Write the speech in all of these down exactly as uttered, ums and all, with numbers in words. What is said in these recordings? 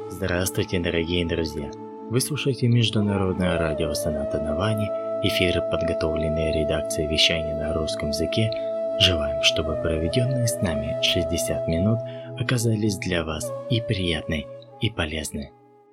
Здравствуйте, дорогие друзья! Вы слушаете Международное радио Соната на Ване, эфиры, подготовленные редакцией вещания на русском языке. Желаем, чтобы проведенные с нами шестьдесят минут оказались для вас и приятны, и полезны.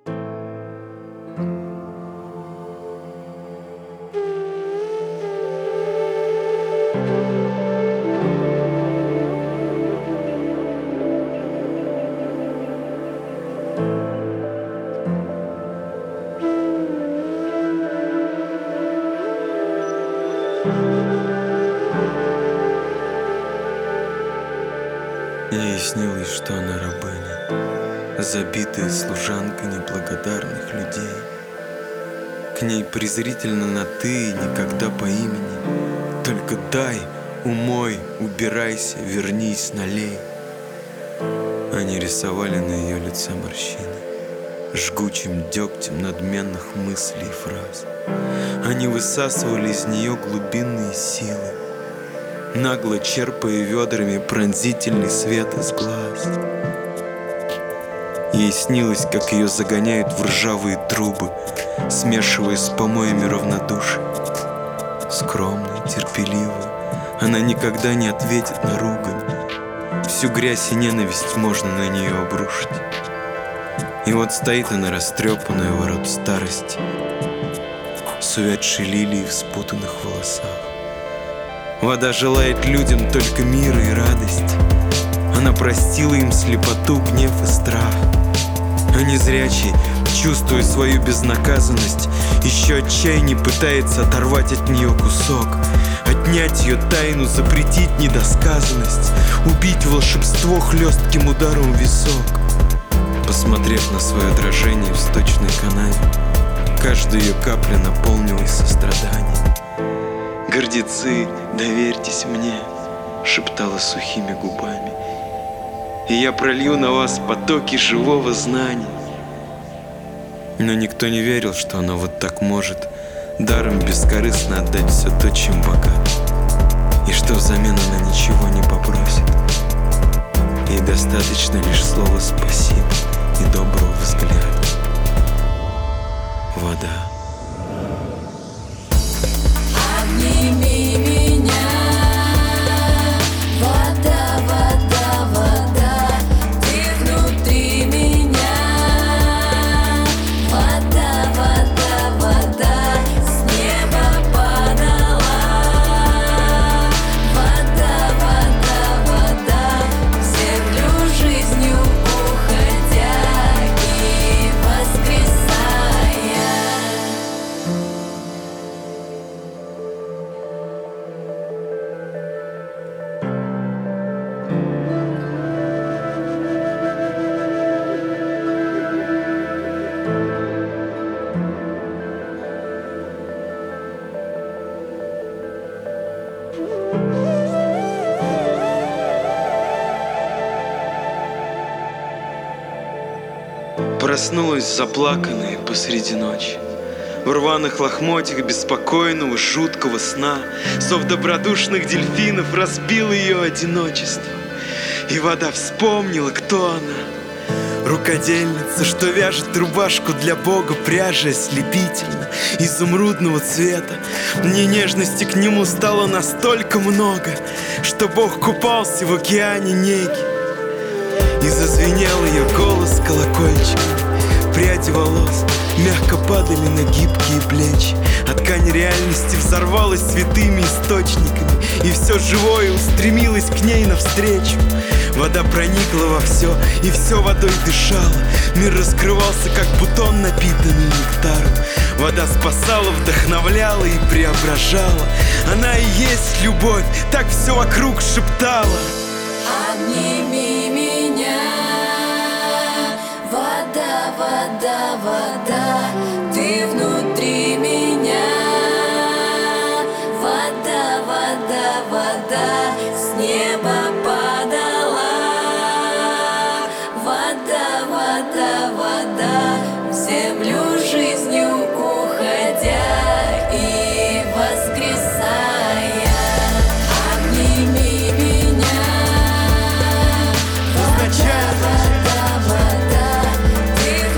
Ей снилось, что она рабыня, забитая служанка неблагодарных людей. К ней презрительно на «ты» и никогда по имени. Только дай, умой, убирайся, вернись, налей. Они рисовали на ее лице морщины, жгучим дегтем надменных мыслей и фраз. Они высасывали из нее глубинные силы, нагло черпая ведрами пронзительный свет из глаз. Ей снилось, как ее загоняют в ржавые трубы, смешивая с помоями равнодушия. Скромная, терпеливая, она никогда не ответит на ругань. Всю грязь и ненависть можно на нее обрушить. И вот стоит она, растрепанная у ворот старости, с увядшей лилией в спутанных волосах. Вода желает людям только мира и радости. Она простила им слепоту, гнев и страх. А незрячий, чувствуя свою безнаказанность, еще отчаяннее пытается оторвать от нее кусок, отнять ее тайну, запретить недосказанность, убить волшебство хлестким ударом в висок. Посмотрев на свое отражение в сточной канаве, каждая ее капля наполнилась состраданием. «Гордецы, доверьтесь мне», — шептала сухими губами, «и я пролью на вас потоки живого знания». Но никто не верил, что она вот так может даром бескорыстно отдать все то, чем богата, и что взамен она ничего не попросит. Ей достаточно лишь слова «спасибо» и доброго взгляда. Вода. Обними меня, вода, вода, вода, ты внутри меня. Вода, вода, вода, с неба падала. Вода, вода, вода, в землю жизнью уходя и воскресая. Проснулась заплаканная посреди ночи, в рваных лохмотьях беспокойного, жуткого сна. Зов добродушных дельфинов разбил ее одиночество, и вода вспомнила, кто она. Рукодельница, что вяжет рубашку для Бога пряжей ослепительно изумрудного цвета. Мне нежности к нему стало настолько много, что Бог купался в океане неги. И зазвенел ее голос колокольчиком, пряди волос мягко падали на гибкие плечи, а ткань реальности взорвалась святыми источниками, и все живое устремилось к ней навстречу. Вода проникла во все, и все водой дышало. Мир раскрывался, как бутон, напитанный нектаром. Вода спасала, вдохновляла и преображала. Она и есть любовь, так все вокруг шептала. Обними меня, вода, вода, вода, ты внутри меня. Вода, вода, вода, с неба падала. Вода, вода, вода, в землю жизнью уходя и воскресая. Обними меня, вода, вода, вода, ты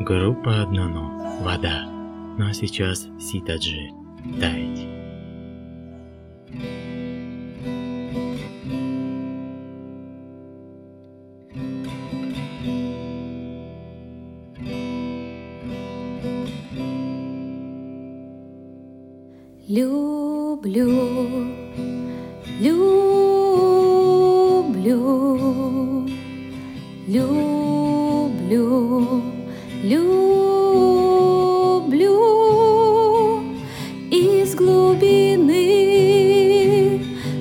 Группа Одно, вода. Ну а сейчас Ситаджи, таять. Люблю, люблю, люблю, люблю из глубины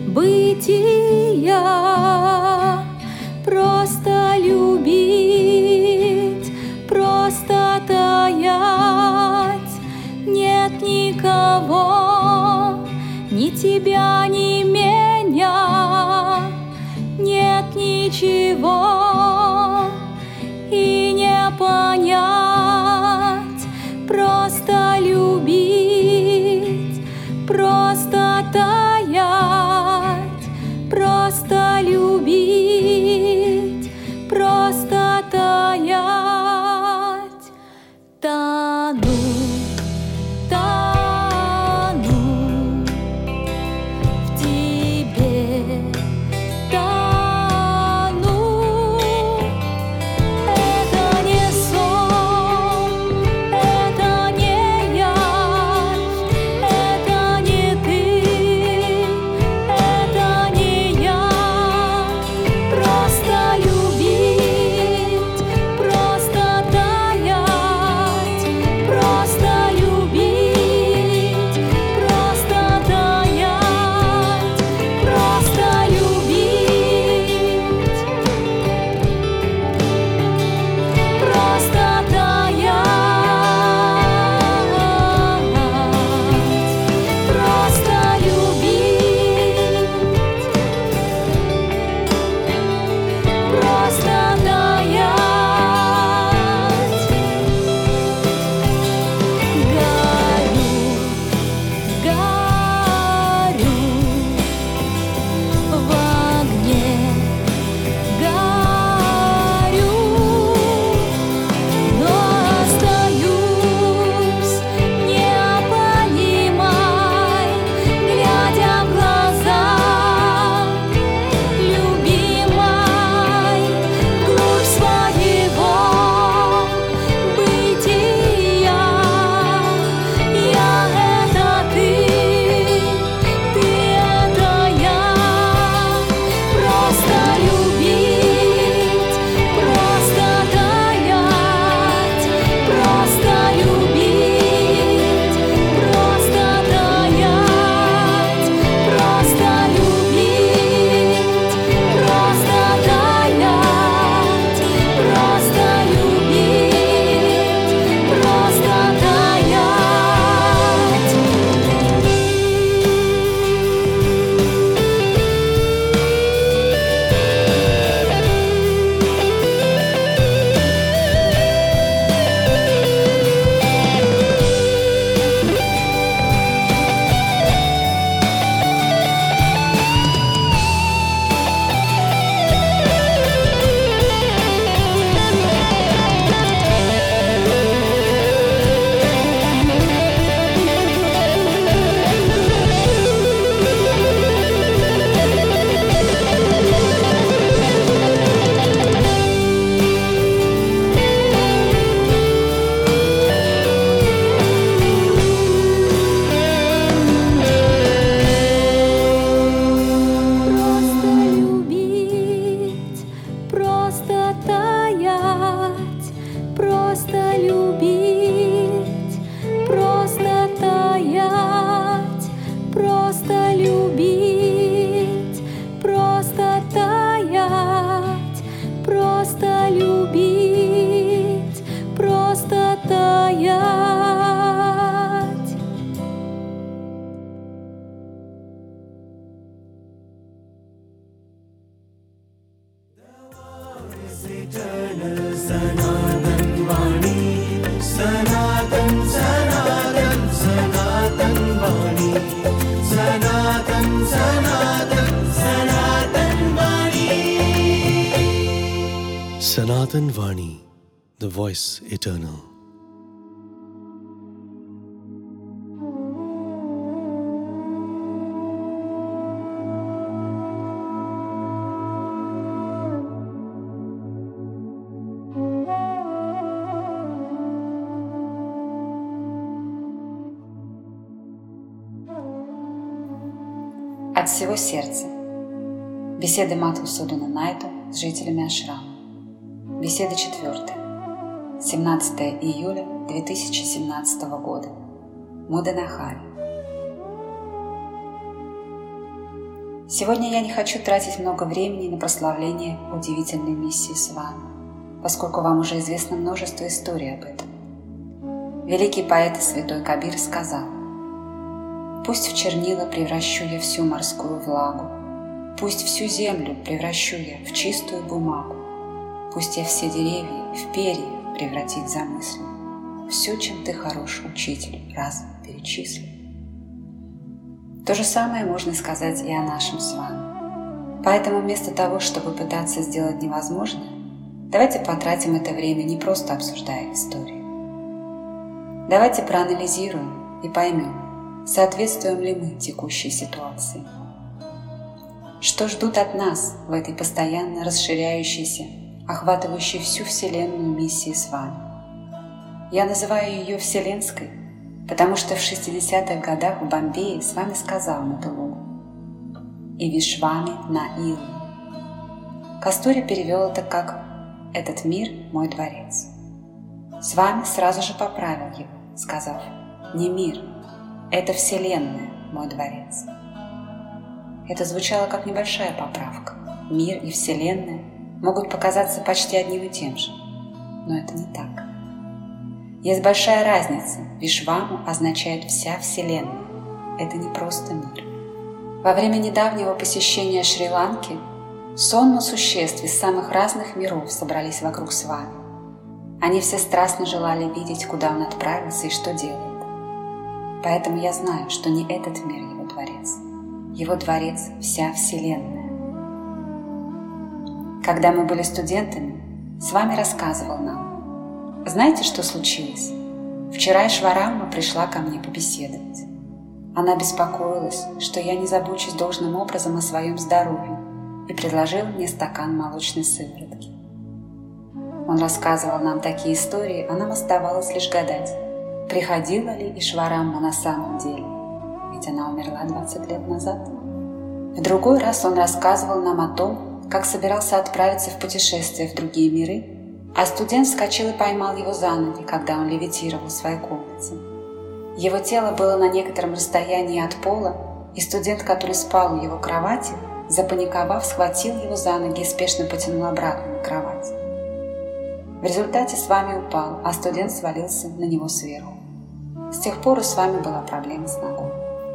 бытия. Просто любить, просто таять. Нет никого, ни тебя, ни меня, нет ничего и не понять. Просто любить, просто таять, просто любить, просто таять. Тону, тону в тебе, тону. Это не сон, это не явь, это не ты, это не я. Просто любить, просто таять, просто любить, просто таять, просто любить, просто таять, просто любить, просто таять. Горю, горю в огне, горю, но остаюсь, не понимай, глядя в глаза, любимой, глубь своего бытия. Я — это ты, ты — это я. Просто любить, просто таять, просто любить, просто таять, просто любить, просто таять, просто любить, просто таять. Просто любить, просто таять, просто любить, просто таять, просто любить, просто таять, просто любить, просто таять. Sanatan Vani, the voice eternal. От всего сердца. Беседы Мадхусудана Найту с жителями ашрама. Беседа четвертая. семнадцатое июля две тысячи семнадцатого года. Муданахари. Сегодня я не хочу тратить много времени на прославление удивительной миссии с вами, поскольку вам уже известно множество историй об этом. Великий поэт и святой Кабир сказал: «Пусть в чернила превращу я всю морскую влагу, пусть всю землю превращу я в чистую бумагу, пусть я все деревья в перья превратить замыслю, все, чем ты хорош, учитель, раз перечислю». То же самое можно сказать и о нашем с вами. Поэтому вместо того, чтобы пытаться сделать невозможное, давайте потратим это время не просто обсуждая историю. Давайте проанализируем и поймем, соответствуем ли мы текущей ситуации. Что ждут от нас в этой постоянно расширяющейся, охватывающей всю Вселенную миссии с вами. Я называю ее Вселенской, потому что в шестидесятых годах в Бомбее с вами сказал Натулугу: «И Вишвами на Илу». Кастури перевел это как «Этот мир – мой дворец». С вами сразу же поправил его, сказав: «Не мир, это Вселенная, мой дворец». Это звучало как небольшая поправка. Мир и Вселенная могут показаться почти одним и тем же, но это не так. Есть большая разница. Вишваму означает «вся Вселенная». Это не просто мир. Во время недавнего посещения Шри-Ланки сонмы существ из самых разных миров собрались вокруг с вами. Они все страстно желали видеть, куда он отправился и что делает. Поэтому я знаю, что не этот мир его дворец. Его дворец – вся Вселенная. Когда мы были студентами, с вами рассказывал нам: знаете, что случилось? Вчера Ишварамма пришла ко мне побеседовать. Она беспокоилась, что я не забочусь должным образом о своем здоровье, и предложила мне стакан молочной сыворотки. Он рассказывал нам такие истории, а нам оставалось лишь гадать, приходила ли Ишварамма на самом деле, ведь она умерла двадцать лет назад. В другой раз он рассказывал нам о том, как собирался отправиться в путешествие в другие миры, а студент вскочил и поймал его за ноги, когда он левитировал в своей комнате. Его тело было на некотором расстоянии от пола, и студент, который спал у его кровати, запаниковав, схватил его за ноги и спешно потянул обратно на кровать. В результате с вами упал, а студент свалился на него сверху. С тех пор у с вами была проблема с ногой.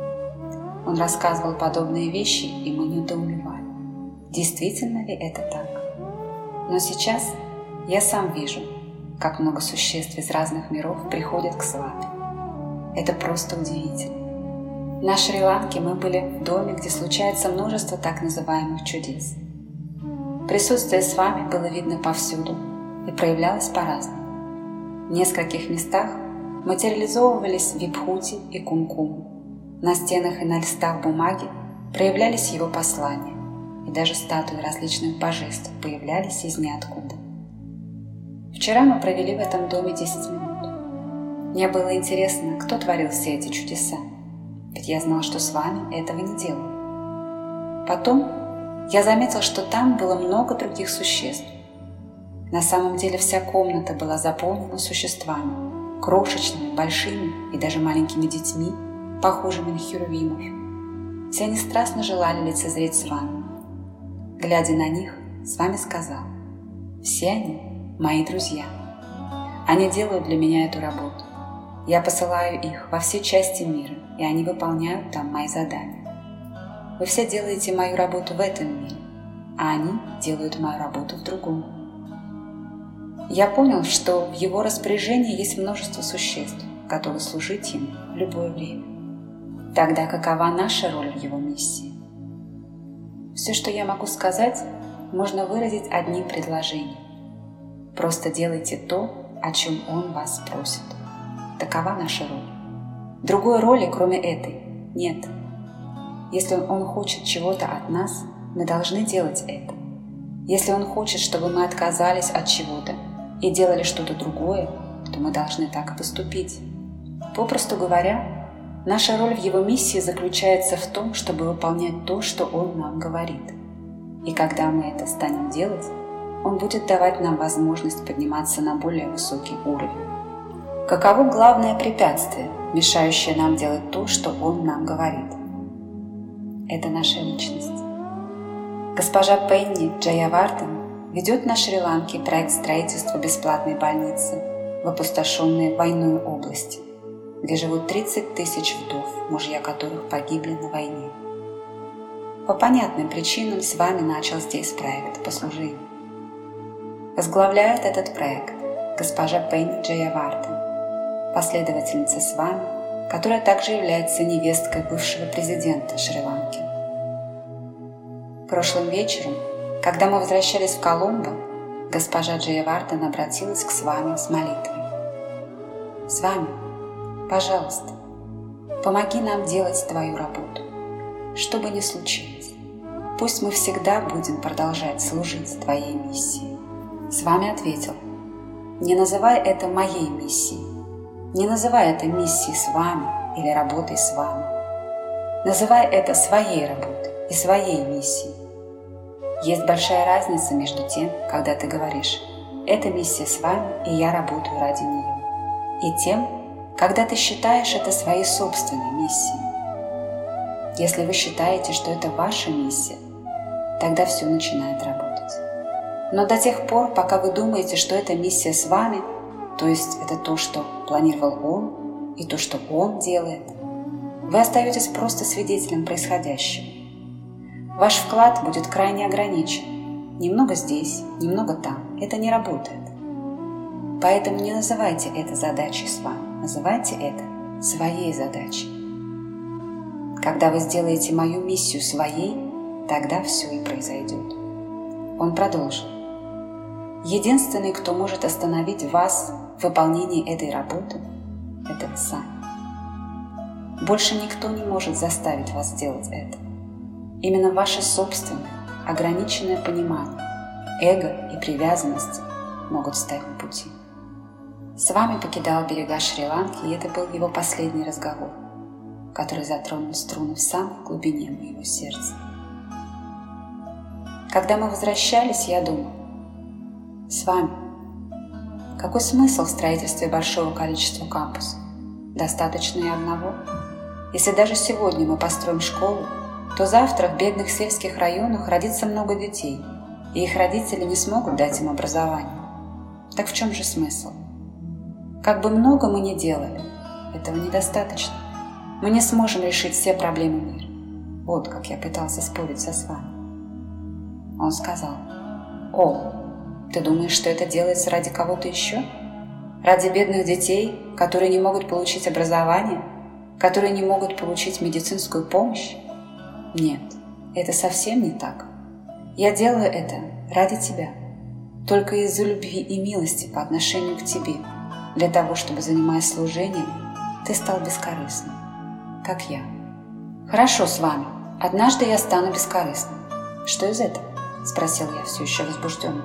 Он рассказывал подобные вещи, и мы недоумевали, действительно ли это так. Но сейчас я сам вижу, как много существ из разных миров приходят к с вами. Это просто удивительно. На Шри-Ланке мы были в доме, где случается множество так называемых чудес. Присутствие с вами было видно повсюду и проявлялось по-разному. В нескольких местах материализовывались вибхути и кумкум. На стенах и на листах бумаги проявлялись его послания, и даже статуи различных божеств появлялись из ниоткуда. Вчера мы провели в этом доме десять минут. Мне было интересно, кто творил все эти чудеса, ведь я знал, что с вами этого не делал. Потом я заметил, что там было много других существ. На самом деле вся комната была заполнена существами, крошечными, большими и даже маленькими детьми, похожими на херувимов. Все они страстно желали лицезреть с вами. Глядя на них, с вами сказал: «Все они мои друзья. Они делают для меня эту работу. Я посылаю их во все части мира, и они выполняют там мои задания. Вы все делаете мою работу в этом мире, а они делают мою работу в другом». Я понял, что в его распоряжении есть множество существ, готовы служить ему в любое время. Тогда какова наша роль в его миссии? Все, что я могу сказать, можно выразить одним предложением. Просто делайте то, о чем он вас просит. Такова наша роль. Другой роли, кроме этой, нет. Если он хочет чего-то от нас, мы должны делать это. Если он хочет, чтобы мы отказались от чего-то и делали что-то другое, то мы должны так и поступить. Попросту говоря, наша роль в Его миссии заключается в том, чтобы выполнять то, что Он нам говорит. И когда мы это станем делать, Он будет давать нам возможность подниматься на более высокий уровень. Каково главное препятствие, мешающее нам делать то, что Он нам говорит? Это наша личность. Госпожа Пенни Джаявардхан ведет на Шри-Ланке проект строительства бесплатной больницы в опустошенной войной области, где живут тридцать тысяч вдов, мужья которых погибли на войне. По понятным причинам с вами начал здесь проект по служению. Возглавляет этот проект госпожа Пенни Джаявардхан, последовательница с вами, которая также является невесткой бывшего президента Шри-Ланки. Прошлым вечером, когда мы возвращались в Коломбо, госпожа Джаявардхан обратилась к Свами с молитвой. «Свами, пожалуйста, помоги нам делать Твою работу, что бы ни случилось. Пусть мы всегда будем продолжать служить Твоей миссии». Свами ответил: «Не называй это моей миссией, не называй это миссией с вами или работой с вами. Называй это своей работой и своей миссией. Есть большая разница между тем, когда ты говоришь: это миссия с вами, и я работаю ради нее, и тем, когда ты считаешь это своей собственной миссией. Если вы считаете, что это ваша миссия, тогда все начинает работать. Но до тех пор, пока вы думаете, что это миссия с вами, то есть это то, что планировал Он, и то, что Он делает, вы остаетесь просто свидетелем происходящего. Ваш вклад будет крайне ограничен. Немного здесь, немного там. Это не работает. Поэтому не называйте это задачей с вами. Называйте это своей задачей. Когда вы сделаете мою миссию своей, тогда все и произойдет». Он продолжил: «Единственный, кто может остановить вас в выполнении этой работы, это вы сами. Больше никто не может заставить вас сделать это. Именно ваше собственное, ограниченное понимание, эго и привязанности могут встать на пути». С вами покидал берега Шри-Ланки, и это был его последний разговор, который затронул струны в самой глубине моего сердца. Когда мы возвращались, я думал: с вами, какой смысл в строительстве большого количества кампусов? Достаточно и одного. Если даже сегодня мы построим школу, то завтра в бедных сельских районах родится много детей, и их родители не смогут дать им образование. Так в чем же смысл? Как бы много мы ни делали, этого недостаточно. Мы не сможем решить все проблемы мира. Вот как я пытался спорить со Свами. Он сказал: «О, ты думаешь, что это делается ради кого-то еще? Ради бедных детей, которые не могут получить образование, которые не могут получить медицинскую помощь? Нет, это совсем не так. Я делаю это ради тебя, только из-за любви и милости по отношению к тебе, для того, чтобы, занимаясь служением, ты стал бескорыстным, как я. Хорошо с вами, однажды я стану бескорыстным. Что из этого?» – спросил я, все еще возбужденно.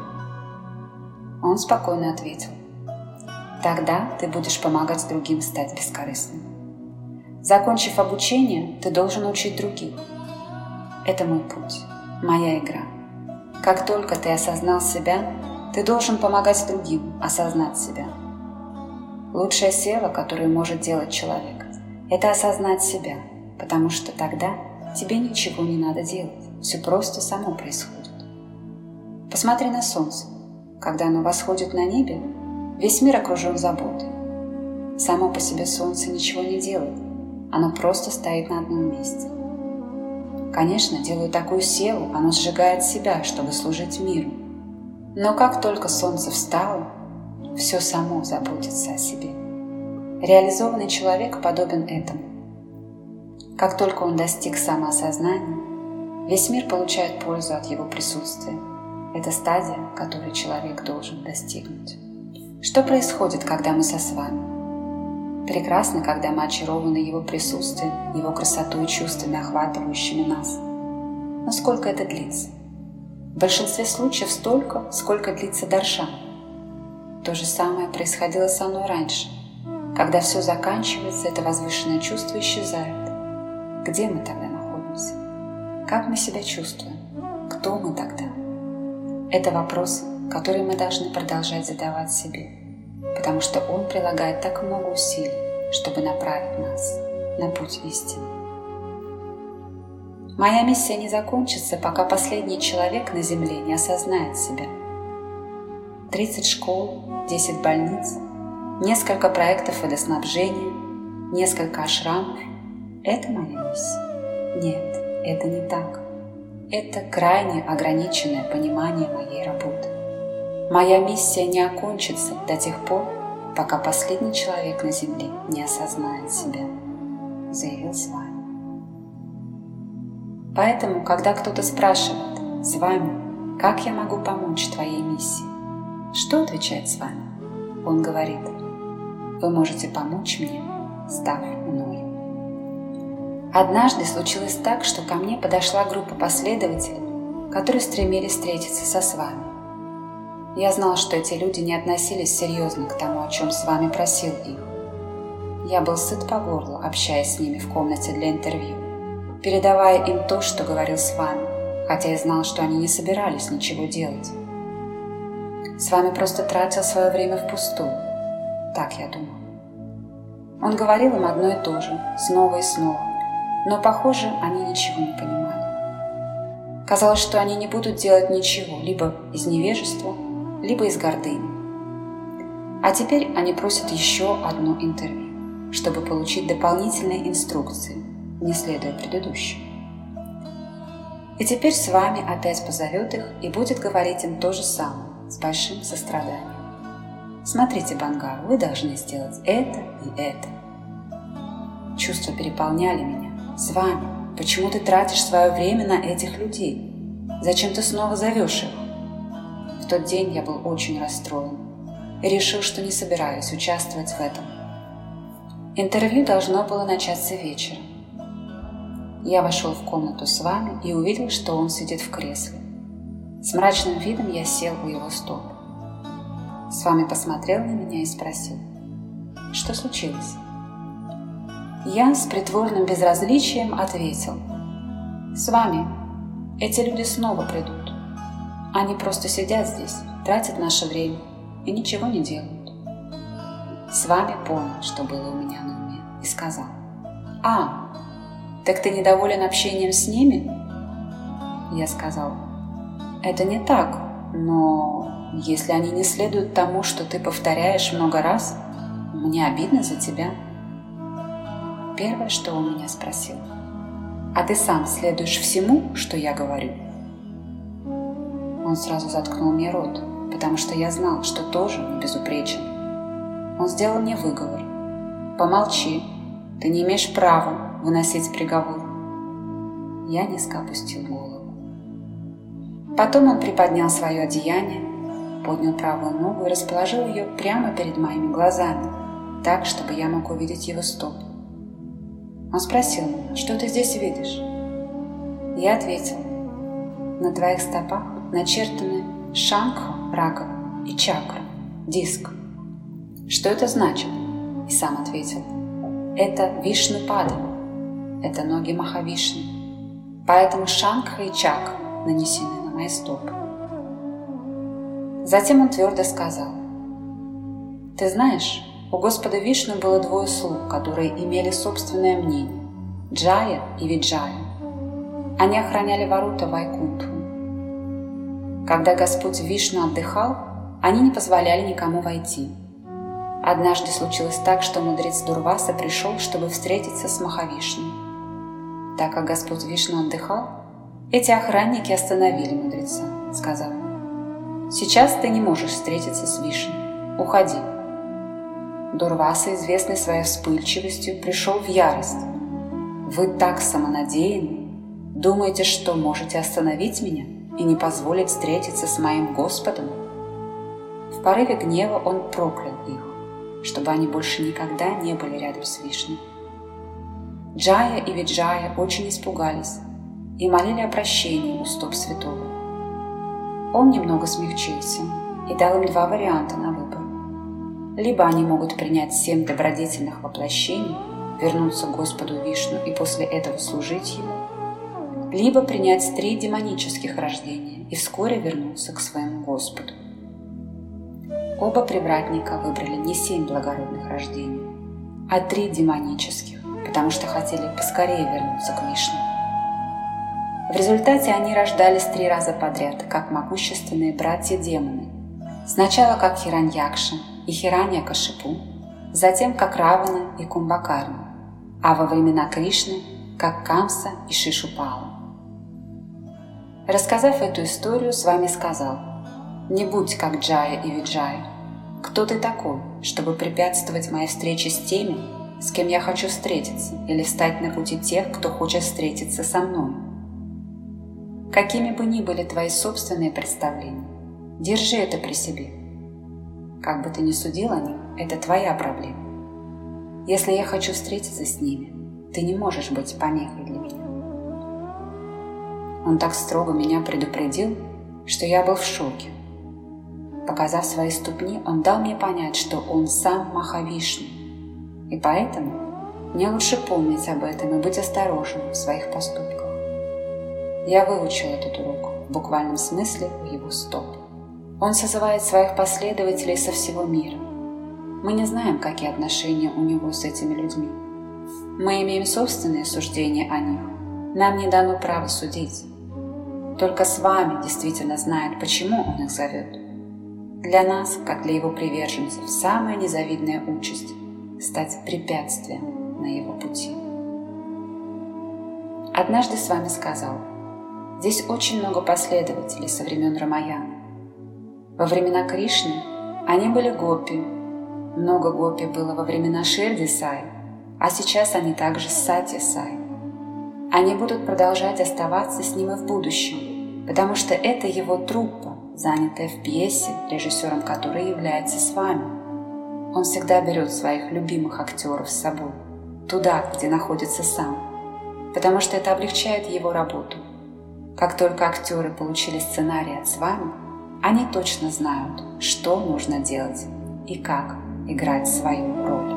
Он спокойно ответил: «Тогда ты будешь помогать другим стать бескорыстными. Закончив обучение, ты должен учить других. Это мой путь, моя игра. Как только ты осознал себя, ты должен помогать другим осознать себя. Лучшее дело, которое может делать человек, это осознать себя, потому что тогда тебе ничего не надо делать, все просто само происходит. Посмотри на солнце. Когда оно восходит на небе, весь мир окружен заботой. Само по себе солнце ничего не делает, оно просто стоит на одном месте. Конечно, делая такую силу, оно сжигает себя, чтобы служить миру. Но как только солнце встало, все само заботится о себе. Реализованный человек подобен этому. Как только он достиг самоосознания, весь мир получает пользу от его присутствия. Это стадия, которую человек должен достигнуть. Что происходит, когда мы со Свами? Прекрасно, когда мы очарованы его присутствием, его красотой и чувствами, охватывающими нас. Но сколько это длится? В большинстве случаев столько, сколько длится даршан. То же самое происходило со мной раньше. Когда все заканчивается, это возвышенное чувство исчезает. Где мы тогда находимся? Как мы себя чувствуем? Кто мы тогда? Это вопросы, которые мы должны продолжать задавать себе, потому что он прилагает так много усилий, чтобы направить нас на путь истины. Моя миссия не закончится, пока последний человек на земле не осознает себя. тридцать школ, десять больниц, несколько проектов водоснабжения, несколько ашрамов – это моя миссия. Нет, это не так. Это крайне ограниченное понимание моей работы. Моя миссия не окончится до тех пор, пока последний человек на земле не осознает себя, заявил с вами. Поэтому, когда кто-то спрашивает с вами, как я могу помочь твоей миссии, что отвечает с вами? Он говорит: вы можете помочь мне, став мной. Однажды случилось так, что ко мне подошла группа последователей, которые стремились встретиться со с вами. Я знал, что эти люди не относились серьезно к тому, о чем с вами просил их. Я был сыт по горло, общаясь с ними в комнате для интервью, передавая им то, что говорил с вами, хотя я знал, что они не собирались ничего делать. С вами просто тратил свое время впустую. Так я думал. Он говорил им одно и то же, снова и снова, но, похоже, они ничего не понимали. Казалось, что они не будут делать ничего, либо из невежества, либо из гордыни. А теперь они просят еще одно интервью, чтобы получить дополнительные инструкции, не следуя предыдущим. И теперь с вами опять позовет их и будет говорить им то же самое, с большим состраданием. Смотрите, Бангар, вы должны сделать это и это. Чувства переполняли меня. С вами. Почему ты тратишь свое время на этих людей? Зачем ты снова зовешь их? В тот день я был очень расстроен и решил, что не собираюсь участвовать в этом. Интервью должно было начаться вечером. Я вошел в комнату с вами и увидел, что он сидит в кресле. С мрачным видом я сел у его стоп. С вами посмотрел на меня и спросил: что случилось? Я с притворным безразличием ответил: с вами эти люди снова придут. Они просто сидят здесь, тратят наше время и ничего не делают. С вами понял, что было у меня на уме, и сказал: а, так ты недоволен общением с ними? Я сказал: это не так, но если они не следуют тому, что ты повторяешь много раз, мне обидно за тебя. Первое, что он меня спросил: а ты сам следуешь всему, что я говорю? Он сразу заткнул мне рот, потому что я знал, что тоже не безупречен. Он сделал мне выговор: помолчи, ты не имеешь права выносить приговор. Я низко опустил голову. Потом он приподнял свое одеяние, поднял правую ногу и расположил ее прямо перед моими глазами, так, чтобы я мог увидеть его стопы. Он спросил меня: что ты здесь видишь? Я ответил: на твоих стопах начертаны шангха, раковина, и чакра, диск. Что это значит? И сам ответил: это Вишну-пада, это ноги Махавишны, поэтому шангха и чакра нанесены на мои стопы. Затем он твердо сказал: ты знаешь, у Господа Вишну было двое слуг, которые имели собственное мнение – Джая и Виджая. Они охраняли ворота Вайкунтху. Когда Господь Вишну отдыхал, они не позволяли никому войти. Однажды случилось так, что мудрец Дурваса пришел, чтобы встретиться с Махавишной. Так как Господь Вишну отдыхал, эти охранники остановили мудреца, сказав: сейчас ты не можешь встретиться с Вишной, уходи. Дурваса, известный своей вспыльчивостью, пришел в ярость. Вы так самонадеянны, думаете, что можете остановить меня и не позволить встретиться с моим Господом? В порыве гнева он проклял их, чтобы они больше никогда не были рядом с Вишной. Джая и Виджая очень испугались и молили о прощении у стоп святого. Он немного смягчился и дал им два варианта на выбор. Либо они могут принять семь добродетельных воплощений, вернуться к Господу Вишну и после этого служить Ему, либо принять три демонических рождения и вскоре вернуться к своему Господу. Оба привратника выбрали не семь благородных рождений, а три демонических, потому что хотели поскорее вернуться к Вишну. В результате они рождались три раза подряд, как могущественные братья-демоны. Сначала как Хираньякша и Хираньякашипу, затем как Равана и Кумбакарна, а во времена Кришны как Камса и Шишупала. Рассказав эту историю, с вами сказал: «Не будь как Джая и Виджая. Кто ты такой, чтобы препятствовать моей встрече с теми, с кем я хочу встретиться, или встать на пути тех, кто хочет встретиться со мной? Какими бы ни были твои собственные представления, держи это при себе. Как бы ты ни судил о них, это твоя проблема. Если я хочу встретиться с ними, ты не можешь быть помехой для меня». Он так строго меня предупредил, что я был в шоке. Показав свои ступни, он дал мне понять, что он сам Махавишну, и поэтому мне лучше помнить об этом и быть осторожным в своих поступках. Я выучил этот урок в буквальном смысле у его стоп. Он созывает своих последователей со всего мира. Мы не знаем, какие отношения у него с этими людьми. Мы имеем собственные суждения о них. Нам не дано право судить. Только с вами действительно знает, почему он их зовет. Для нас, как для его приверженцев, самая незавидная участь – стать препятствием на его пути. Однажды с вами сказал: здесь очень много последователей со времен Рамаяна. Во времена Кришны они были гопи, много гопи было во времена Ширди Сай, а сейчас они также Сати Сай. Они будут продолжать оставаться с ним и в будущем, потому что это его труппа, занятая в пьесе, режиссером которой является с вами. Он всегда берет своих любимых актеров с собой, туда, где находится сам, потому что это облегчает его работу. Как только актеры получили сценарий от с вами, они точно знают, что нужно делать и как играть свою роль.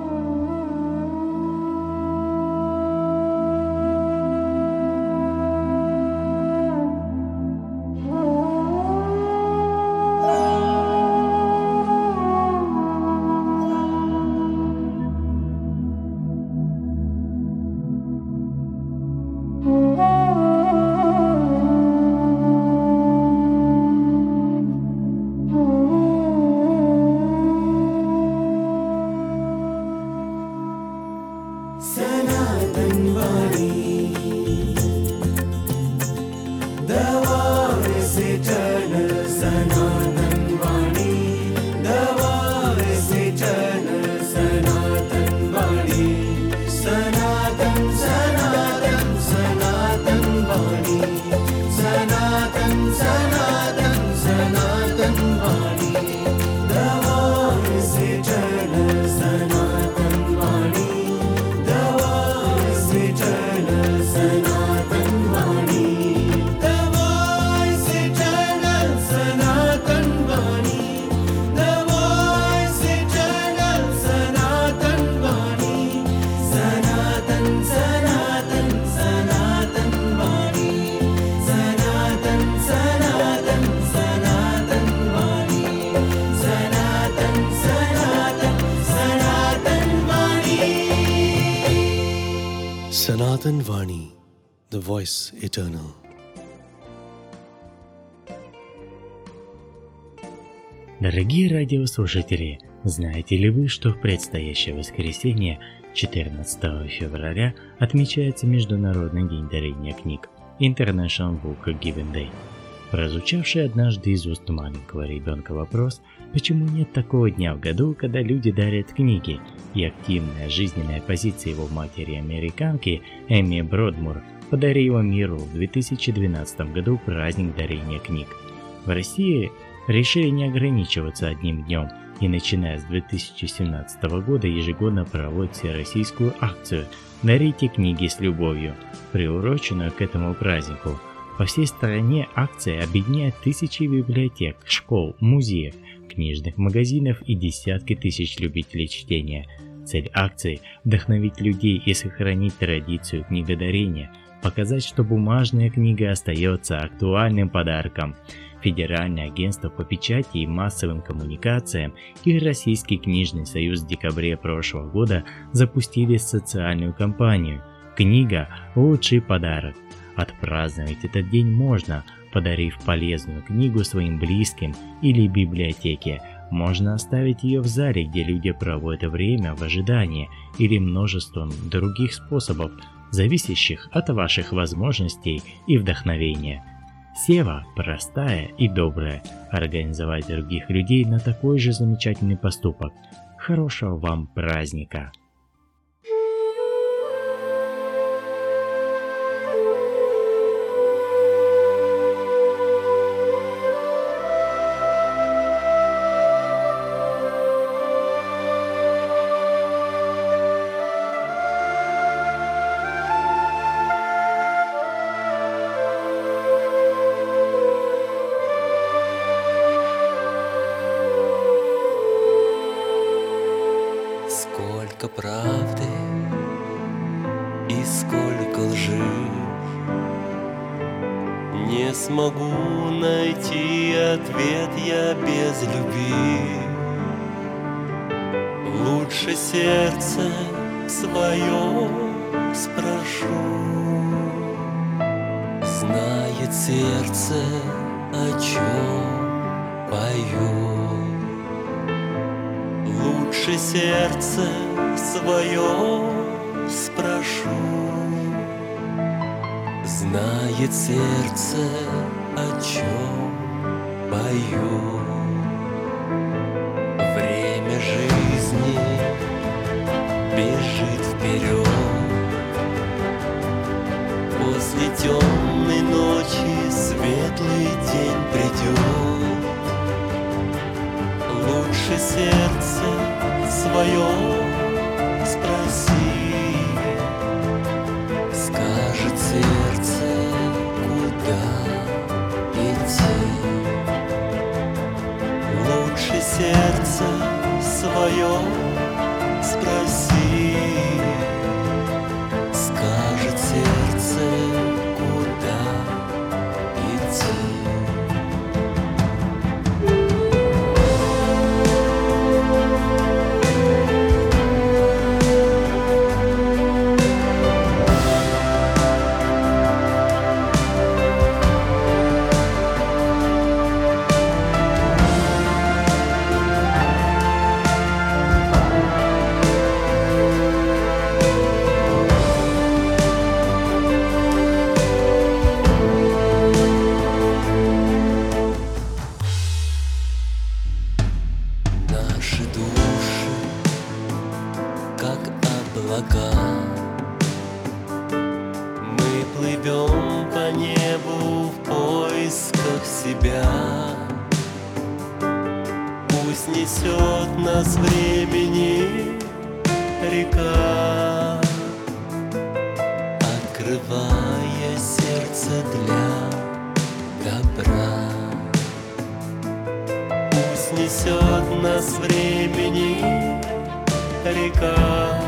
Sanatan Vani, the voice eternal. Дорогие радиослушатели, знаете ли вы, что в предстоящее воскресенье, четырнадцатого февраля, отмечается Международный день дарения книг International Book Giving Day? Прозвучавший однажды из уст маленького ребенка вопрос, почему нет такого дня в году, когда люди дарят книги, и активная жизненная позиция его матери-американки Эми Бродмур подарила миру в две тысячи двенадцатом году праздник дарения книг. В России решили не ограничиваться одним днем и начиная с две тысячи семнадцатого года ежегодно проводят всероссийскую акцию «Дарите книги с любовью», приуроченную к этому празднику. По всей стране акция объединяет тысячи библиотек, школ, музеев, книжных магазинов и десятки тысяч любителей чтения. Цель акции – вдохновить людей и сохранить традицию книгодарения, показать, что бумажная книга остается актуальным подарком. Федеральное агентство по печати и массовым коммуникациям и Российский книжный союз в декабре прошлого года запустили социальную кампанию «Книга – лучший подарок». Отпраздновать этот день можно, подарив полезную книгу своим близким или библиотеке. Можно оставить ее в зале, где люди проводят время в ожидании, или множеством других способов, зависящих от ваших возможностей и вдохновения. Сева простая и добрая. Организовать других людей на такой же замечательный поступок. Хорошего вам праздника! Сколько правды и сколько лжи, не смогу найти ответ я без любви. Лучше сердце свое спрошу, знает сердце, о чем пою. Лучше сердце свое спрошу, знает сердце, о чем пою. Время жизни бежит вперед, после темной ночи светлый день придет. Лучше сердце свое спроси, скажет сердце, куда идти. Лучше сердце свое спроси, скажет сердце, куда идти. Наши души, как облака, мы плывем по небу в поисках себя. Пусть несет нас времени река, открывая сердце для добра. Пусть несет нас времени река,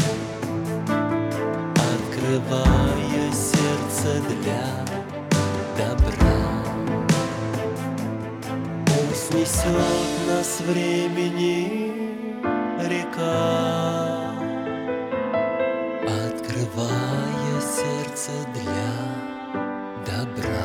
открывая сердце для добра. Пусть несет нас времени река, открывая сердце для добра.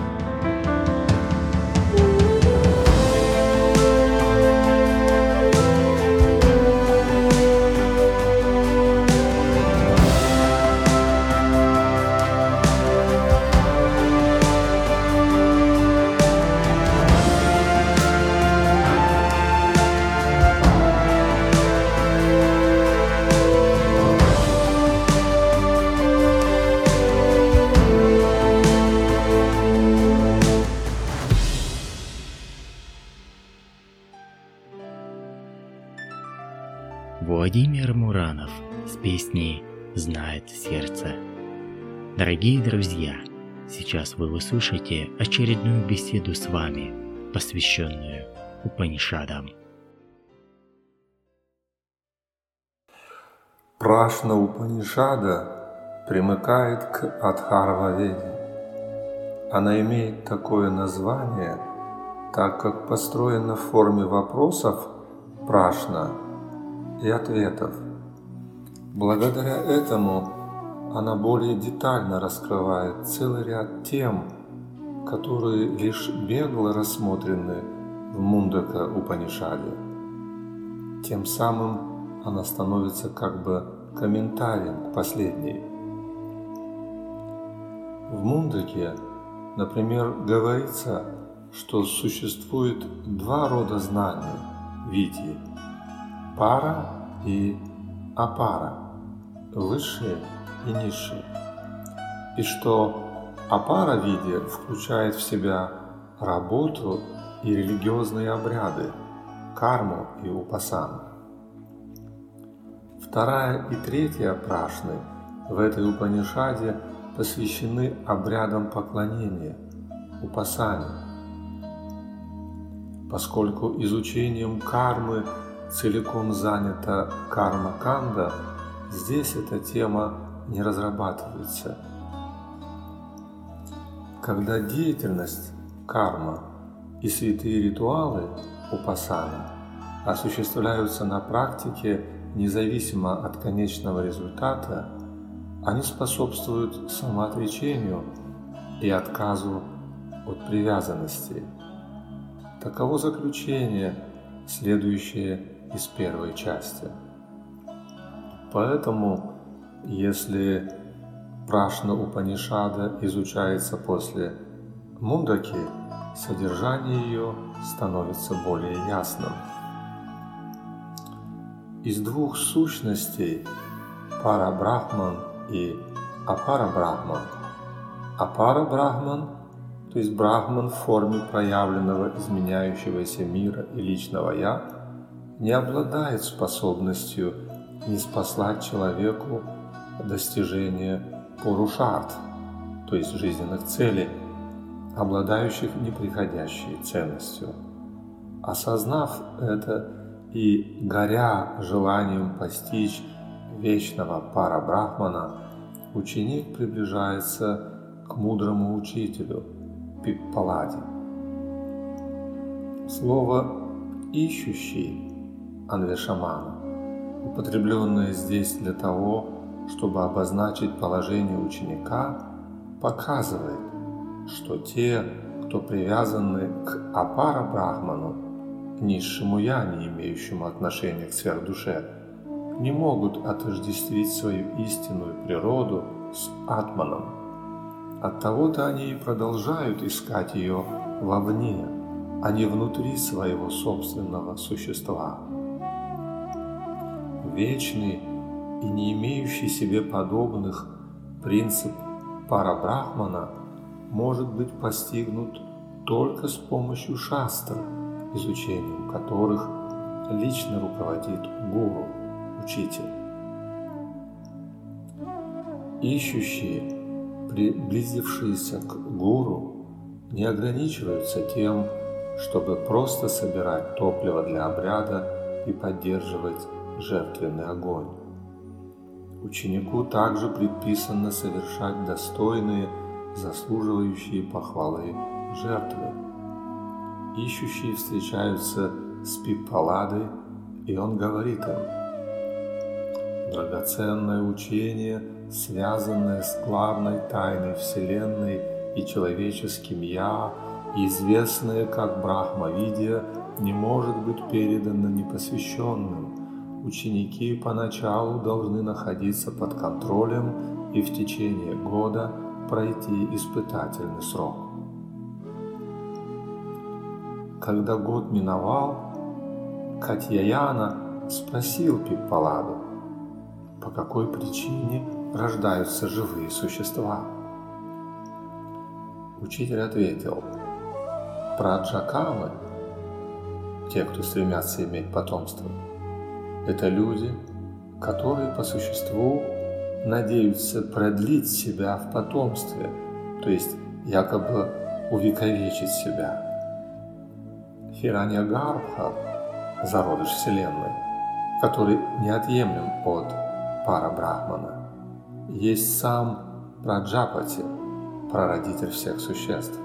Владимир Муранов с песней «Знает сердце». Дорогие друзья, Сейчас вы услышите очередную беседу с вами, посвященную Упанишадам. Прашна Упанишада примыкает к Атхарва-веде. Она имеет такое название, так как построена в форме вопросов прашна и ответов. Благодаря этому она более детально раскрывает целый ряд тем, которые лишь бегло рассмотрены в Мундака Упанишаде. Тем самым она становится как бы комментарием к последней. В Мундаке, например, говорится, что существует два рода знаний – видьи – пара и апара, высшие и низшие, и что апара-видья включает в себя работу и религиозные обряды, карму и упасану. Вторая и третья прашны в этой Упанишаде посвящены обрядам поклонения, упасане. Поскольку изучением кармы целиком занята карма-канда, здесь эта тема не разрабатывается. Когда деятельность, карма и святые ритуалы, упасана, осуществляются на практике независимо от конечного результата, они способствуют самоотречению и отказу от привязанности. Таково заключение, следующее из первой части. Поэтому, если Прашна Упанишада изучается после Мундаки, содержание ее становится более ясным. Из двух сущностей – Пара-Брахман и Апара-Брахман. Апара-Брахман, то есть Брахман в форме проявленного изменяющегося мира и личного «я», не обладает способностью ниспослать человеку достижение пурушарт, то есть жизненных целей, обладающих неприходящей ценностью. Осознав это и горя желанием постичь вечного Пара-Брахмана, ученик приближается к мудрому учителю Пиппаладе. Слово «ищущий» Анвешамана, употребленное здесь для того, чтобы обозначить положение ученика, показывает, что те, кто привязаны к Апара-Брахману, низшему «я», не имеющему отношения к сверхдуше, не могут отождествить свою истинную природу с Атманом. Оттого-то они и продолжают искать ее вовне, а не внутри своего собственного существа. Вечный и не имеющий себе подобных принцип Пара-Брахмана может быть постигнут только с помощью шастр, изучением которых лично руководит гуру, учитель. Ищущие, приблизившиеся к гуру, не ограничиваются тем, чтобы просто собирать топливо для обряда и поддерживать жертвенный огонь. Ученику также предписано совершать достойные, заслуживающие похвалы жертвы. Ищущие встречаются с Пиппаладой, и он говорит им: драгоценное учение, связанное с главной тайной Вселенной и человеческим «Я», известное как Брахма-видья, не может быть передано непосвященным. Ученики поначалу должны находиться под контролем и в течение года пройти испытательный срок. Когда год миновал, Катьяяна спросил Пиппаладу, по какой причине рождаются живые существа. Учитель ответил: праджакамы, те, кто стремятся иметь потомство, это люди, которые по существу надеются продлить себя в потомстве, то есть якобы увековечить себя. Хираньягарбха, зародыш Вселенной, который неотъемлем от Парабрахмана, есть сам Праджапати, прародитель всех существ.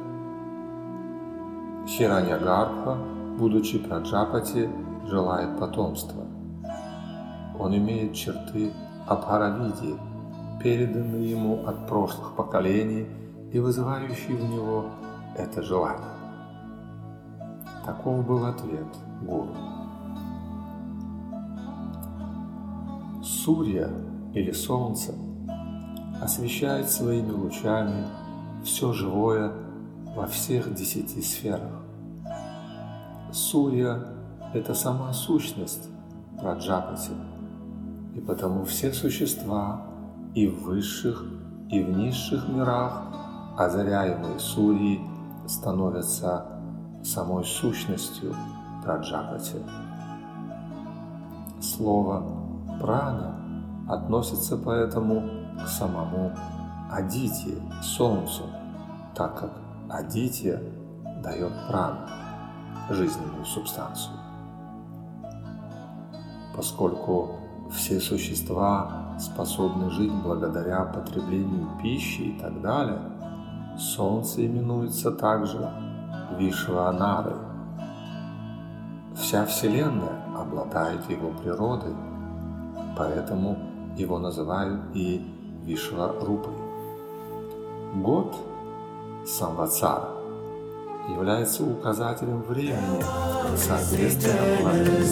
Хираньягарбха, будучи Праджапати, желает потомства. Он имеет черты Абхаравиди, переданные ему от прошлых поколений и вызывающие в него это желание. Таков был ответ гуру. Сурья, или солнце, освещает своими лучами все живое во всех десяти сферах. Сурья – это сама сущность Праджапати, и потому все существа и в высших, и в низших мирах, озаряемые Сурьей, становятся самой сущностью Праджапати. Слово «прана» относится поэтому к самому Адитье, Солнцу, так как Адитья дает прану, жизненную субстанцию. Поскольку все существа способны жить благодаря потреблению пищи и так далее, Солнце именуется также Вишванарой. Вся Вселенная обладает его природой, поэтому его называют и Вишварупой. Год Самватсара является указателем времени, соответственно планете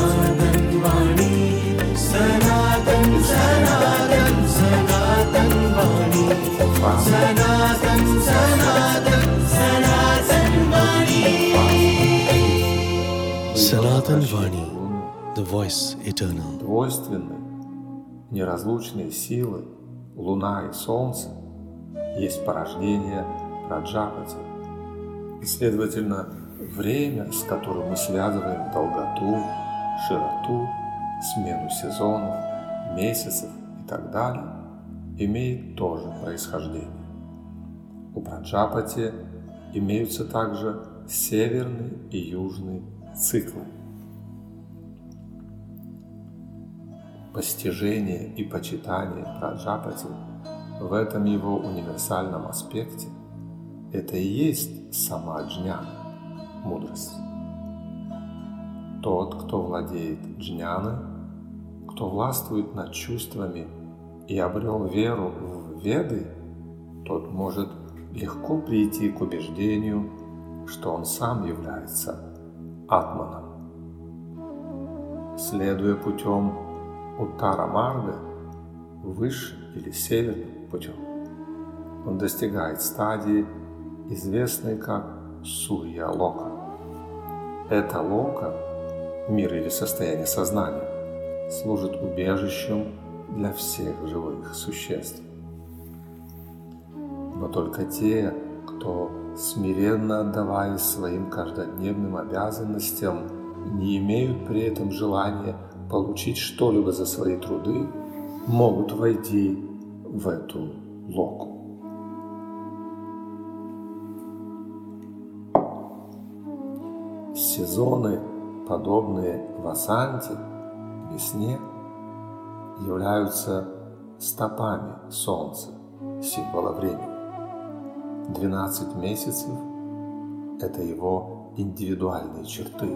Sanatan Vani, the voice eternal. Двойственные, неразлучные силы, Луна и Солнце, есть порождение Праджапати. И, следовательно, время, с которым мы связываем долготу, широту, смену сезонов, месяцев и так далее, имеет тоже происхождение. У Праджапати имеются также северный и южный циклы. Постижение и почитание Праджапати в этом его универсальном аспекте – это и есть сама джняна, мудрость. Тот, кто владеет джняной, кто властвует над чувствами и обрел веру в Веды, тот может легко прийти к убеждению, что он сам является атманом. Следуя путем Уттара-марга, высшим или северным путем, он достигает стадии, известной как Сурья-лока. Эта лока, мир или состояние сознания, служит убежищем для всех живых существ. Но только те, кто, смиренно отдаваясь своим каждодневным обязанностям, не имеют при этом желания получить что-либо за свои труды, могут войти в эту локу. Сезоны, подобные Васанте, весне, являются стопами Солнца, символа времени. Двенадцать месяцев – это его индивидуальные черты.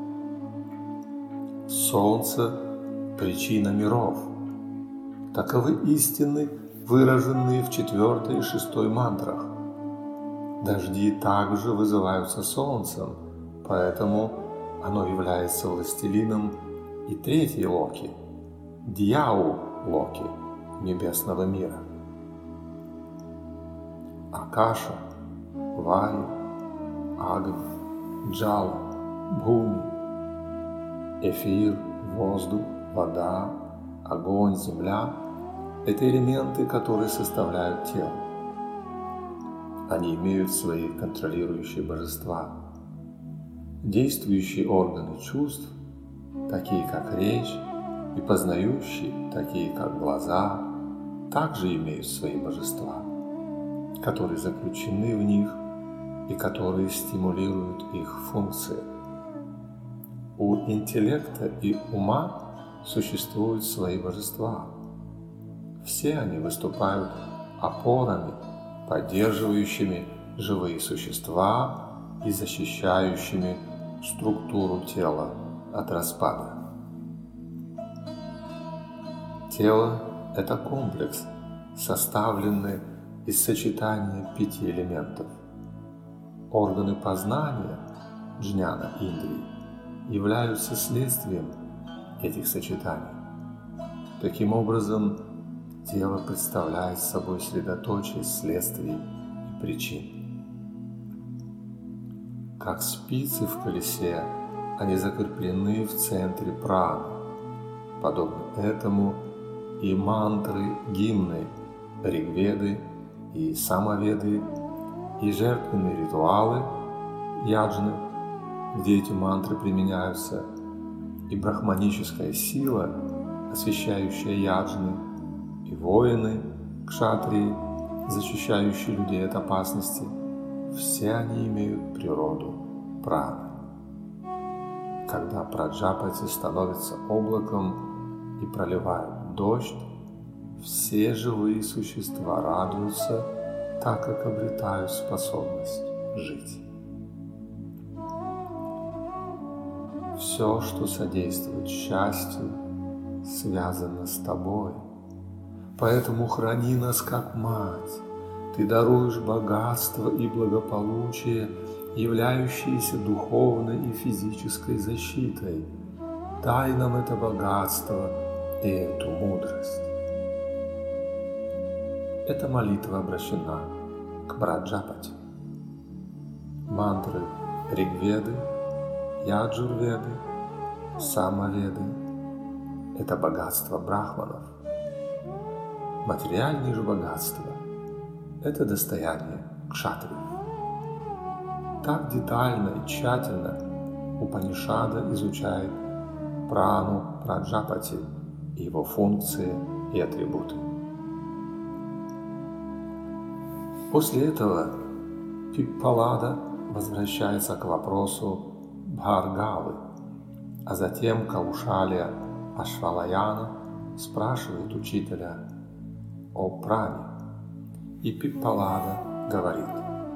Солнце – причина миров. Таковы истины, выраженные в четвертой и шестой мантрах. Дожди также вызываются Солнцем, поэтому оно является властелином и третьей локи – Дьяу-локи небесного мира. Акаша, Ваю, Агни, Джала, Бхуми, эфир, воздух, вода, огонь, земля – это элементы, которые составляют тело. Они имеют свои контролирующие божества. Действующие органы чувств, такие как речь, и познающие, такие как глаза, также имеют свои божества. которые заключены в них и которые стимулируют их функции. У интеллекта и ума существуют свои божества. Все они выступают опорами, поддерживающими живые существа и защищающими структуру тела от распада. Тело – это комплекс, составленный из сочетания пяти элементов. Органы познания, джняна, индрии, являются следствием этих сочетаний. Таким образом, тело представляет собой средоточие следствий и причин. Как спицы в колесе, они закреплены в центре праны. Подобно этому и мантры, гимны, ригведы и самаведы, и жертвенные ритуалы, яджны, где эти мантры применяются, и брахманическая сила, освещающая яджны, и воины, кшатрии, защищающие людей от опасности, все они имеют природу праны. Когда праджапати становится облаком и проливает дождь, все живые существа радуются, так как обретают способность жить. Все, что содействует счастью, связано с тобой. Поэтому храни нас как мать. Ты даруешь богатство и благополучие, являющиеся духовной и физической защитой. Дай нам это богатство и эту мудрость. Эта молитва обращена к Праджапати. Мантры Ригведы, Яджурведы, Самаведы – это богатство брахманов. Материальные же богатства – это достояние кшатриев. Так детально и тщательно Упанишада изучает прану Праджапати и его функции и атрибуты. После этого Пиппалада возвращается к вопросу Бхаргавы, а затем Каушалия Ашвалаяна спрашивает учителя о пране, и Пиппалада говорит: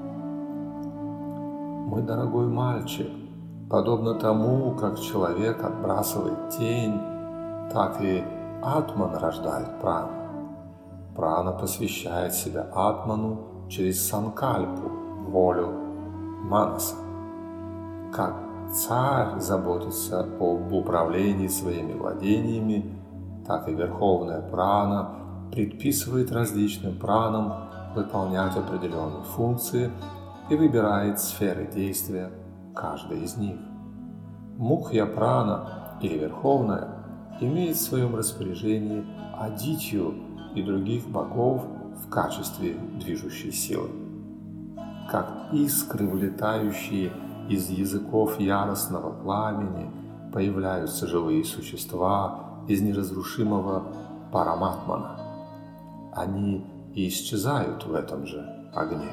«Мой дорогой мальчик, подобно тому, как человек отбрасывает тень, так и Атман рождает прану. Прана посвящает себя Атману через санкальпу, волю манаса. Как царь заботится об управлении своими владениями, так и верховная прана предписывает различным пранам выполнять определенные функции и выбирает сферы действия каждой из них. Мукхья прана или верховная имеет в своем распоряжении Адитью и других богов в качестве движущей силы. Как искры, вылетающие из языков яростного пламени, появляются живые существа из неразрушимого параматмана. Они и исчезают в этом же огне.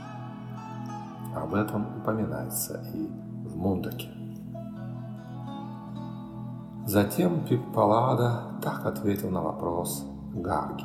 Об этом упоминается и в Мундаке. Затем Пиппалада так ответил на вопрос Гарги.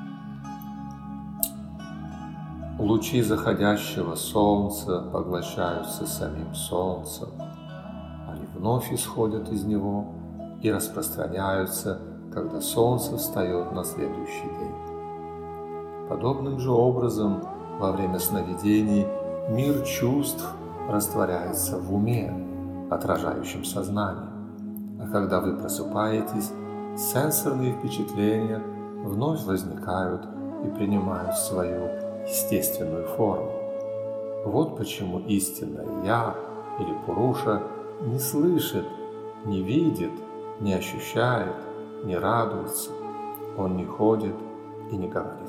Лучи заходящего солнца поглощаются самим солнцем. Они вновь исходят из него и распространяются, когда солнце встает на следующий день. Подобным же образом, во время сновидений, мир чувств растворяется в уме, отражающем сознание. А когда вы просыпаетесь, сенсорные впечатления вновь возникают и принимают свою естественную форму. Вот почему истинное «Я» или Пуруша не слышит, не видит, не ощущает, не радуется. Он не ходит и не говорит.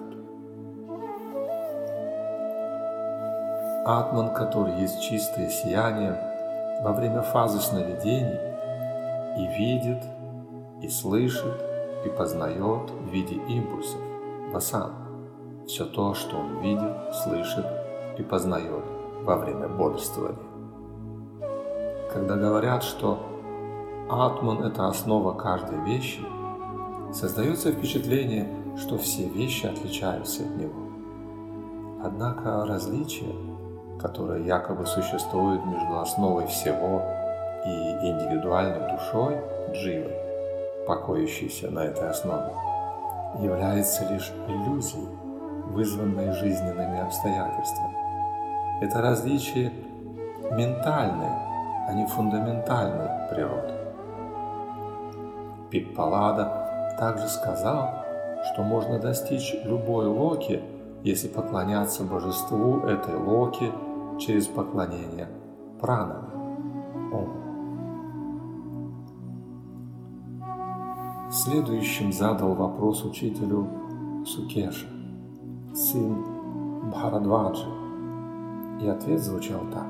Атман, который есть чистое сияние, во время фазы сновидений и видит, и слышит, и познает в виде импульсов, васан, все то, что он видит, слышит и познает во время бодрствования. Когда говорят, что атман – это основа каждой вещи, создается впечатление, что все вещи отличаются от него. Однако различие, которое якобы существует между основой всего и индивидуальной душой дживы, покоящейся на этой основе, является лишь иллюзией, вызванной жизненными обстоятельствами. Это различие ментальное, а не фундаментальной природы. Пиппалада также сказал, что можно достичь любой локи, если поклоняться божеству этой локи через поклонение пранаме. Ом. Следующим задал вопрос учителю Сукеша, сын Бхарадваджи, и ответ звучал так.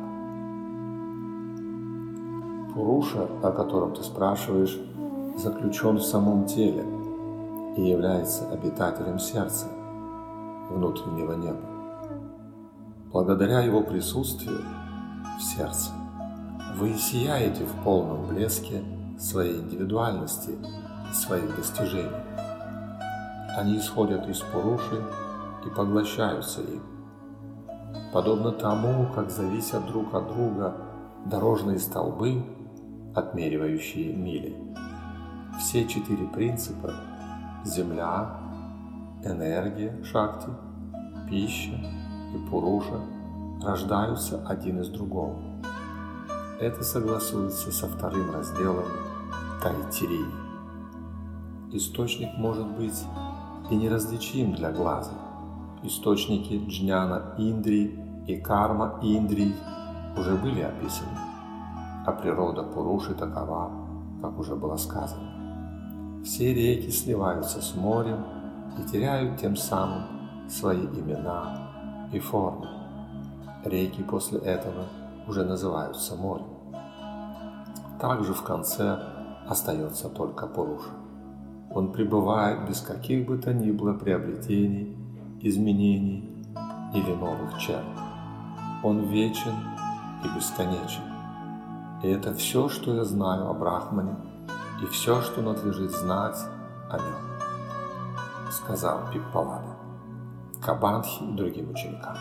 Пуруша, о котором ты спрашиваешь, заключен в самом теле и является обитателем сердца, внутреннего неба. Благодаря его присутствию в сердце вы сияете в полном блеске своей индивидуальности и своих достижений. Они исходят из Пуруши и поглощаются им. Подобно тому, как зависят друг от друга дорожные столбы, отмеривающие мили. Все четыре принципа – земля, энергия, шакти, пища и пуруша – рождаются один из другого. Это согласуется со вторым разделом Тайтирии. Источник может быть и неразличим для глаза. Источники джняна Индрии и карма Индрии уже были описаны, а природа Пуруши такова, как уже было сказано. Все реки сливаются с морем и теряют тем самым свои имена и формы. Реки после этого уже называются морем. Также в конце остается только Пуруша. Он пребывает без каких бы то ни было приобретений, изменений или новых черт. Он вечен и бесконечен. И это все, что я знаю о Брахмане, и все, что надлежит знать о нем, сказал Пиппалада Кабандхи и другим ученикам.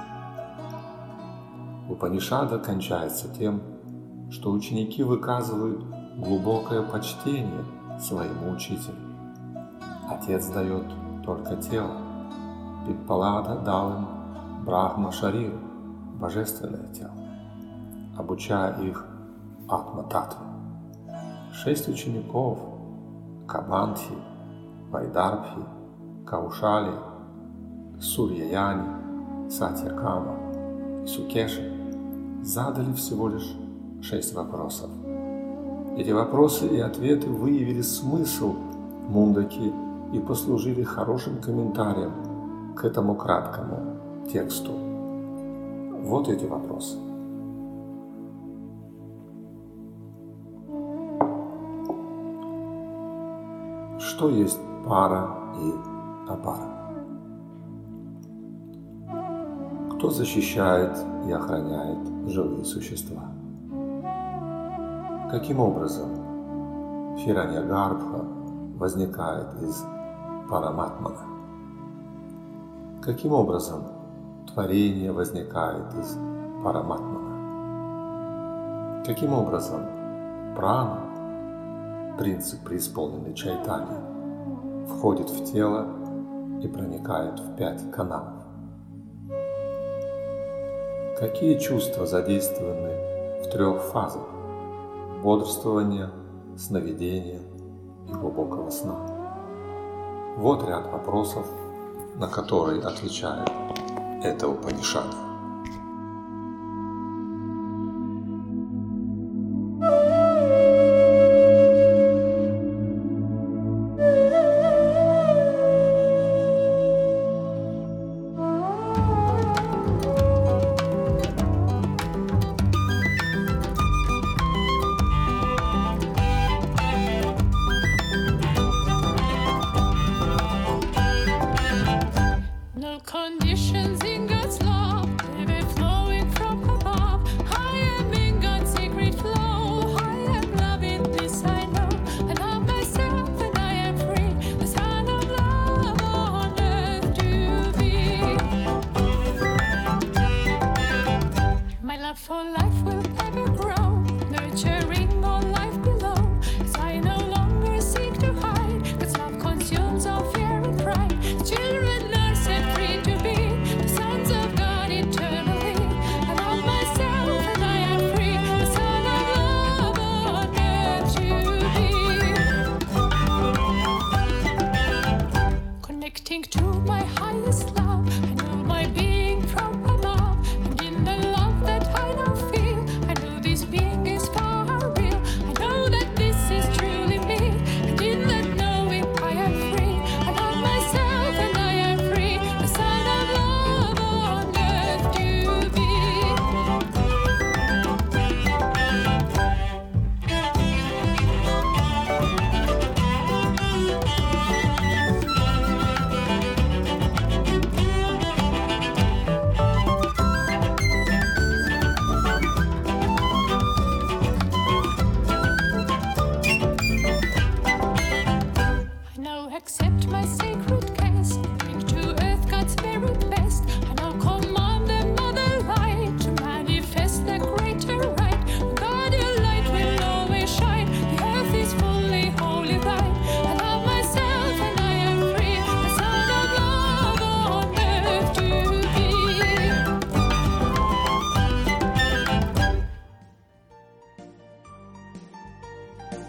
Упанишада кончается тем, что ученики выказывают глубокое почтение своему учителю. Отец дает только тело. Пиппалада дал им Брахма-шариру, божественное тело, обучая их Атма-татве. Шесть учеников Кабандхи, Вайдарбхи, Каушали, Сурьяяни, Сатьякама и Сукеша задали всего лишь шесть вопросов. Эти вопросы и ответы выявили смысл Мундаки и послужили хорошим комментарием к этому краткому тексту. Вот эти вопросы. Что есть пара и апара? Кто защищает и охраняет живые существа? Каким образом Хираньягарбха возникает из Параматмана? Каким образом творение возникает из Параматмана? Каким образом прана, принцип преисполненной чайтани, входит в тело и проникает в пять каналов? Какие чувства задействованы в трех фазах – бодрствования, сновидения и глубокого сна? Вот ряд вопросов, на которые отвечает эта Упанишада. No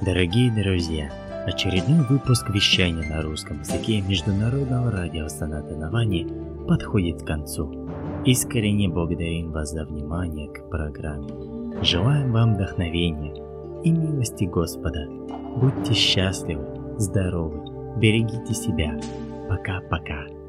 Дорогие друзья, очередной выпуск вещания на русском языке Международного радио Саната Навани подходит к концу. Искренне благодарим вас за внимание к программе. Желаем вам вдохновения и милости Господа. Будьте счастливы, здоровы, берегите себя. Пока-пока.